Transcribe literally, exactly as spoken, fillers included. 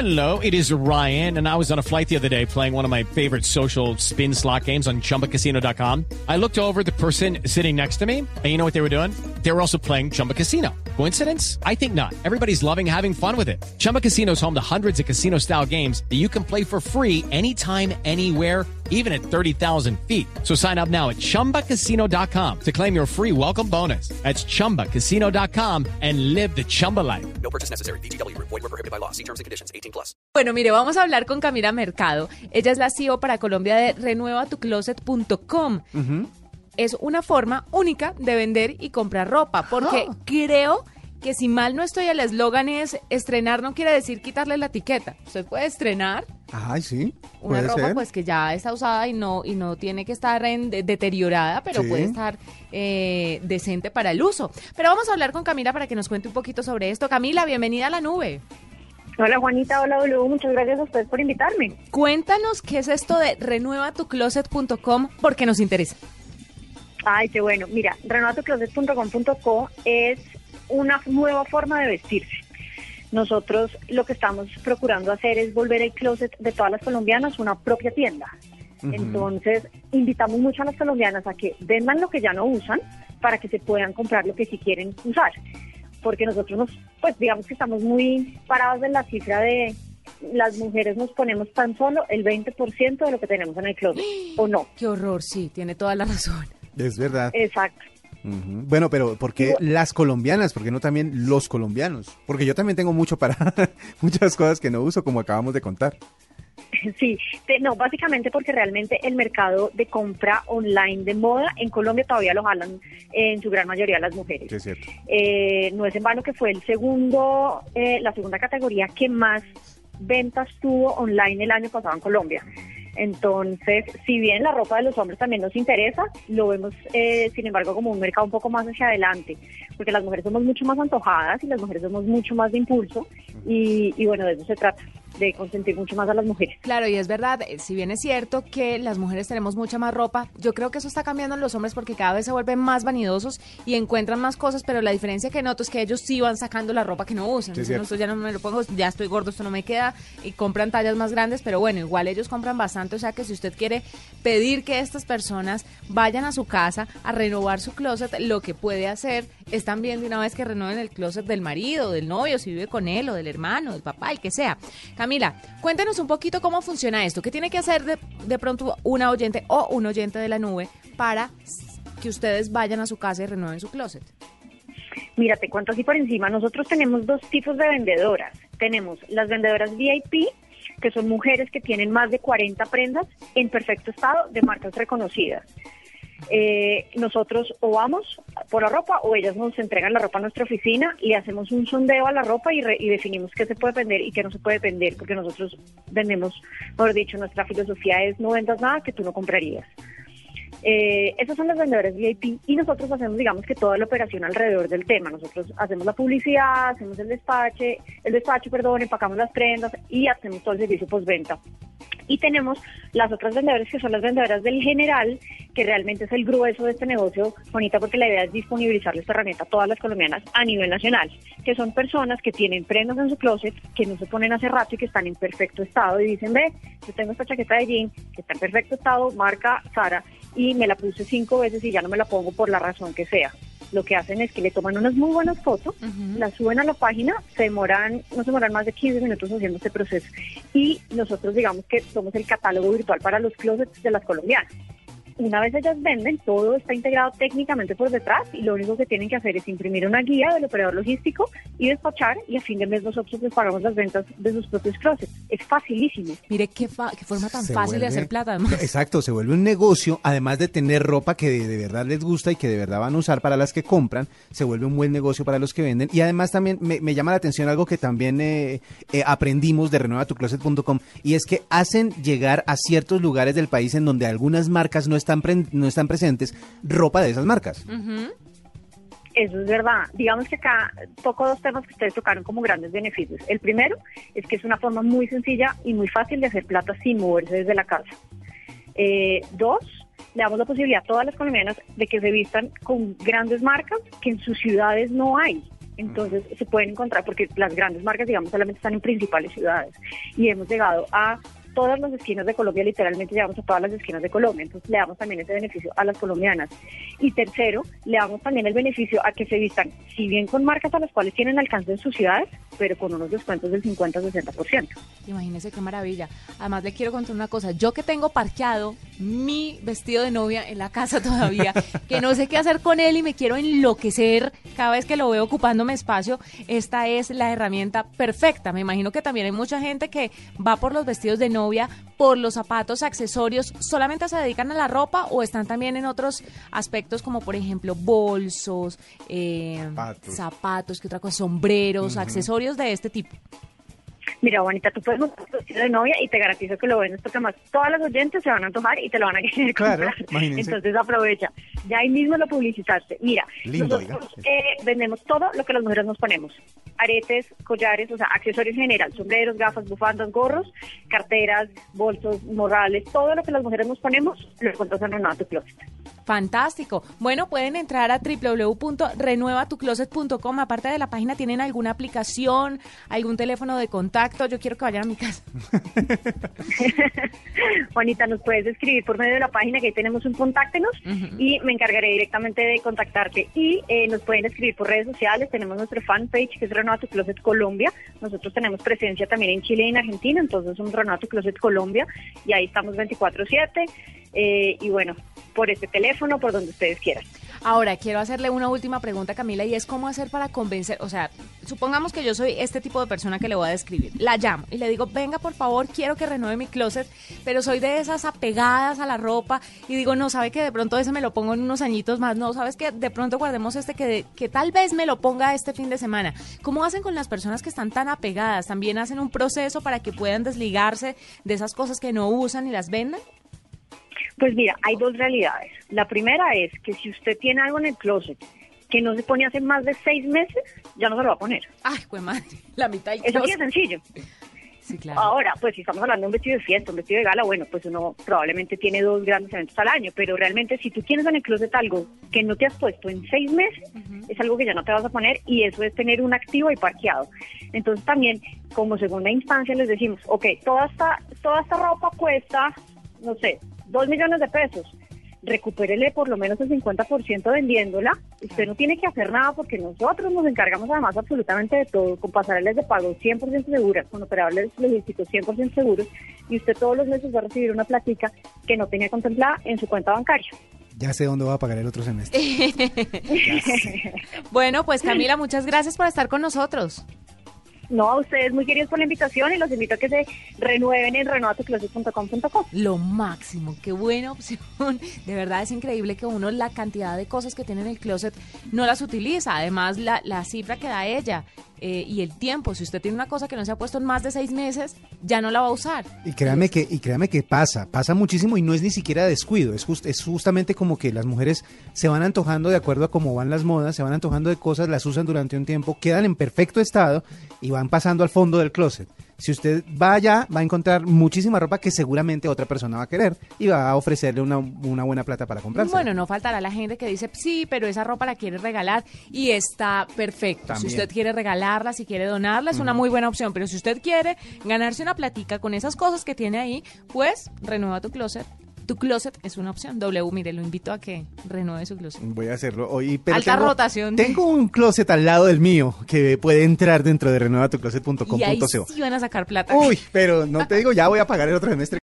Hello, it is Ryan, and I was on a flight the other day playing one of my favorite social spin slot games on chumba casino dot com. I looked over at the person sitting next to me, and you know what they were doing? They were also playing Chumba Casino. Coincidence? I think not. Everybody's loving having fun with it. Chumba Casino is home to hundreds of casino-style games that you can play for free anytime, anywhere, even at thirty thousand feet. So sign up now at chumba casino dot com to claim your free welcome bonus. That's chumba casino dot com and live the Chumba life. No purchase necessary. V G W. Void where prohibited by law. See terms and conditions. eighteen plus. Bueno, mire, vamos a hablar con Camila Mercado. Ella es la C E O para Colombia de renueva tu closet punto com. Uh-huh. Es una forma única de vender y comprar ropa, porque oh. creo que si mal no estoy, el eslogan es estrenar no quiere decir quitarle la etiqueta. Usted puede estrenar Ay, sí, una ropa ser. pues que ya está usada y no y no tiene que estar en, de, deteriorada, pero sí. puede estar eh, decente para el uso. Pero vamos a hablar con Camila para que nos cuente un poquito sobre esto. Camila, bienvenida a La Nube. Hola Juanita, hola W, muchas gracias a ustedes por invitarme. Cuéntanos qué es esto de renueva tu closet punto com, porque nos interesa. Ay, qué bueno. Mira, renueva tu closet punto com punto co es una nueva forma de vestirse. Nosotros lo que estamos procurando hacer es volver el closet de todas las colombianas una propia tienda. Uh-huh. Entonces, invitamos mucho a las colombianas a que vendan lo que ya no usan para que se puedan comprar lo que sí quieren usar. Porque nosotros, nos, pues digamos que estamos muy parados en la cifra de las mujeres nos ponemos tan solo el veinte por ciento de lo que tenemos en el closet, ¿o no? Qué horror, sí, tiene toda la razón. Es verdad. Exacto. Uh-huh. Bueno, pero ¿por qué las colombianas? ¿Por qué no también los colombianos? Porque yo también tengo mucho para muchas cosas que no uso, como acabamos de contar. Sí, te, no, básicamente porque realmente el mercado de compra online de moda en Colombia todavía lo jalan eh, en su gran mayoría las mujeres. Sí, es cierto. Eh, no es en vano que fue el segundo, eh, la segunda categoría que más ventas tuvo online el año pasado en Colombia. Entonces, si bien la ropa de los hombres también nos interesa, lo vemos, eh, sin embargo, como un mercado un poco más hacia adelante, porque las mujeres somos mucho más antojadas y las mujeres somos mucho más de impulso y, y bueno, de eso se trata, de consentir mucho más a las mujeres. Claro, y es verdad, si bien es cierto que las mujeres tenemos mucha más ropa, yo creo que eso está cambiando en los hombres porque cada vez se vuelven más vanidosos y encuentran más cosas, pero la diferencia que noto es que ellos sí van sacando la ropa que no usan. Sí, no, esto ya no me lo pongo, ya estoy gordo, esto no me queda, y compran tallas más grandes, pero bueno, igual ellos compran bastante, o sea que si usted quiere pedir que estas personas vayan a su casa a renovar su closet, lo que puede hacer es también de una vez que renueven el closet del marido, del novio, si vive con él, o del hermano, del papá, el que sea. Camila, cuéntenos un poquito cómo funciona esto. ¿Qué tiene que hacer de, de pronto una oyente o un oyente de La Nube para que ustedes vayan a su casa y renueven su closet? Mira, te cuento así por encima. Nosotros tenemos dos tipos de vendedoras. Tenemos las vendedoras V I P, que son mujeres que tienen más de cuarenta prendas en perfecto estado de marcas reconocidas. Eh, nosotros o vamos por la ropa o ellas nos entregan la ropa a nuestra oficina, le hacemos un sondeo a la ropa y, re, y definimos qué se puede vender y qué no se puede vender, porque nosotros vendemos, mejor dicho, nuestra filosofía es no vendas nada que tú no comprarías. Eh, esos son los vendedores V I P y nosotros hacemos, digamos que toda la operación alrededor del tema. Nosotros hacemos la publicidad, hacemos el despacho, el despacho, perdón, empacamos las prendas y hacemos todo el servicio postventa. Y tenemos las otras vendedoras que son las vendedoras del general, que realmente es el grueso de este negocio, bonita, porque la idea es disponibilizar esta herramienta a todas las colombianas a nivel nacional, que son personas que tienen prendas en su closet, que no se ponen hace rato y que están en perfecto estado y dicen, ve, yo tengo esta chaqueta de jean que está en perfecto estado, marca Zara, y me la puse cinco veces y ya no me la pongo por la razón que sea. Lo que hacen es que le toman unas muy buenas fotos, uh-huh. las suben a la página, se demoran, no se demoran más de quince minutos haciendo este proceso. Y nosotros digamos que somos el catálogo virtual para los closets de las colombianas. Una vez ellas venden, todo está integrado técnicamente por detrás y lo único que tienen que hacer es imprimir una guía del operador logístico y despachar, y a fin de mes nosotros les pagamos las ventas de sus propios closets. Es facilísimo. Mire qué, fa- qué forma tan Se fácil vuelve, de hacer plata, además. Exacto, se vuelve un negocio, además de tener ropa que de, de verdad les gusta y que de verdad van a usar para las que compran, se vuelve un buen negocio para los que venden. Y además también me, me llama la atención algo que también eh, eh, aprendimos de renueva tu closet punto com, y es que hacen llegar a ciertos lugares del país en donde algunas marcas no están, pre- no están presentes, ropa de esas marcas. Uh-huh. Eso es verdad. Digamos que acá toco dos temas que ustedes tocaron como grandes beneficios. El primero es que es una forma muy sencilla y muy fácil de hacer plata sin moverse desde la casa. Eh, dos, le damos la posibilidad a todas las colombianas de que se vistan con grandes marcas que en sus ciudades no hay. Entonces se pueden encontrar, porque las grandes marcas, digamos, solamente están en principales ciudades. Y hemos llegado a todas las esquinas de Colombia, literalmente llegamos a todas las esquinas de Colombia, entonces le damos también ese beneficio a las colombianas. Y tercero, le damos también el beneficio a que se vistan, si bien con marcas a las cuales tienen alcance en sus ciudades, pero con unos descuentos del cincuenta a sesenta por ciento. Imagínese qué maravilla. Además le quiero contar una cosa, yo que tengo parqueado mi vestido de novia en la casa todavía, que no sé qué hacer con él y me quiero enloquecer cada vez que lo veo ocupándome espacio, esta es la herramienta perfecta. Me imagino que también hay mucha gente que va por los vestidos de novia, por los zapatos, accesorios, ¿solamente se dedican a la ropa o están también en otros aspectos como por ejemplo bolsos, eh, zapatos. zapatos, ¿qué otra cosa? Sombreros, uh-huh. accesorios de este tipo? Mira, Juanita, tú puedes montar tu vestido de novia y te garantizo que lo vendes porque además todas las oyentes se van a antojar y te lo van a querer claro, comprar. Imagínense. Entonces aprovecha. Ya ahí mismo lo publicitaste. Mira, Lindo, nosotros eh, vendemos todo lo que las mujeres nos ponemos. Aretes, collares, o sea, accesorios en general, sombreros, gafas, bufandas, gorros, carteras, bolsos, morrales, todo lo que las mujeres nos ponemos lo encuentras en Renueva Tu Closet. Fantástico. Bueno, pueden entrar a doble u doble u doble u punto renueva tu closet punto com. Aparte de la página, ¿tienen alguna aplicación, algún teléfono de contacto? Yo quiero que vayan a mi casa. Juanita, nos puedes escribir por medio de la página, que ahí tenemos un contáctenos, uh-huh. y me encargaré directamente de contactarte. Y eh, nos pueden escribir por redes sociales, tenemos nuestro fanpage que es Renueva Tu Closet Colombia. Nosotros tenemos presencia también en Chile y en Argentina, entonces somos Renueva Tu Closet Colombia y ahí estamos veinticuatro siete. Eh, y bueno, por este teléfono, por donde ustedes quieran. Ahora, quiero hacerle una última pregunta, Camila, y es cómo hacer para convencer, o sea, supongamos que yo soy este tipo de persona que le voy a describir, la llamo y le digo, venga, por favor, quiero que renueve mi closet, pero soy de esas apegadas a la ropa y digo, no, ¿sabe que de pronto ese me lo pongo en unos añitos más? No, ¿sabes que de pronto guardemos este que, de, que tal vez me lo ponga este fin de semana? ¿Cómo hacen con las personas que están tan apegadas? ¿También hacen un proceso para que puedan desligarse de esas cosas que no usan y las vendan? Pues mira, hay dos realidades. La primera es que si usted tiene algo en el closet que no se pone hace más de seis meses, ya no se lo va a poner. Ay, pues madre, la mitad del closet. Eso sí es sencillo. Sí, claro. Ahora, pues si estamos hablando de un vestido de fiesta, un vestido de gala, bueno, pues uno probablemente tiene dos grandes eventos al año, pero realmente si tú tienes en el closet algo que no te has puesto en seis meses, uh-huh. es algo que ya no te vas a poner y eso es tener un activo y parqueado. Entonces también, como segunda instancia, les decimos, ok, toda esta, toda esta ropa cuesta, no sé, dos millones de pesos, recupérele por lo menos el cincuenta por ciento vendiéndola. Usted no tiene que hacer nada porque nosotros nos encargamos además absolutamente de todo, con pasarelas de pago cien por ciento seguras, con operadores logísticos cien por ciento seguros, y usted todos los meses va a recibir una platica que no tenía contemplada en su cuenta bancaria. Ya sé dónde voy a pagar el otro semestre. Bueno, pues Camila, muchas gracias por estar con nosotros. No, a ustedes muy queridos por la invitación y los invito a que se renueven en renueva tu closet punto com punto co. Lo máximo, qué buena opción. De verdad es increíble que uno la cantidad de cosas que tiene en el closet no las utiliza. Además, la, la cifra que da ella eh, y el tiempo. Si usted tiene una cosa que no se ha puesto en más de seis meses, ya no la va a usar. Y créame que, y créame que pasa, pasa muchísimo y no es ni siquiera descuido. Es, just, es justamente como que las mujeres se van antojando de acuerdo a cómo van las modas, se van antojando de cosas, las usan durante un tiempo, quedan en perfecto estado y van pasando al fondo del closet. Si usted va allá, va a encontrar muchísima ropa que seguramente otra persona va a querer y va a ofrecerle una, una buena plata para comprarse. Bueno, no faltará la gente que dice, sí, pero esa ropa la quiere regalar y está perfecto. También. Si usted quiere regalarla, si quiere donarla, es uh-huh. una muy buena opción. Pero si usted quiere ganarse una platica con esas cosas que tiene ahí, pues renueva tu closet. Tu closet es una opción. W, mire, lo invito a que renueve su closet. Voy a hacerlo hoy. Pero Alta tengo, rotación. Tengo un closet al lado del mío que puede entrar dentro de renueva tu closet punto com punto co. Y ahí sí van a sacar plata. Uy, pero no te digo, ya voy a pagar el otro semestre.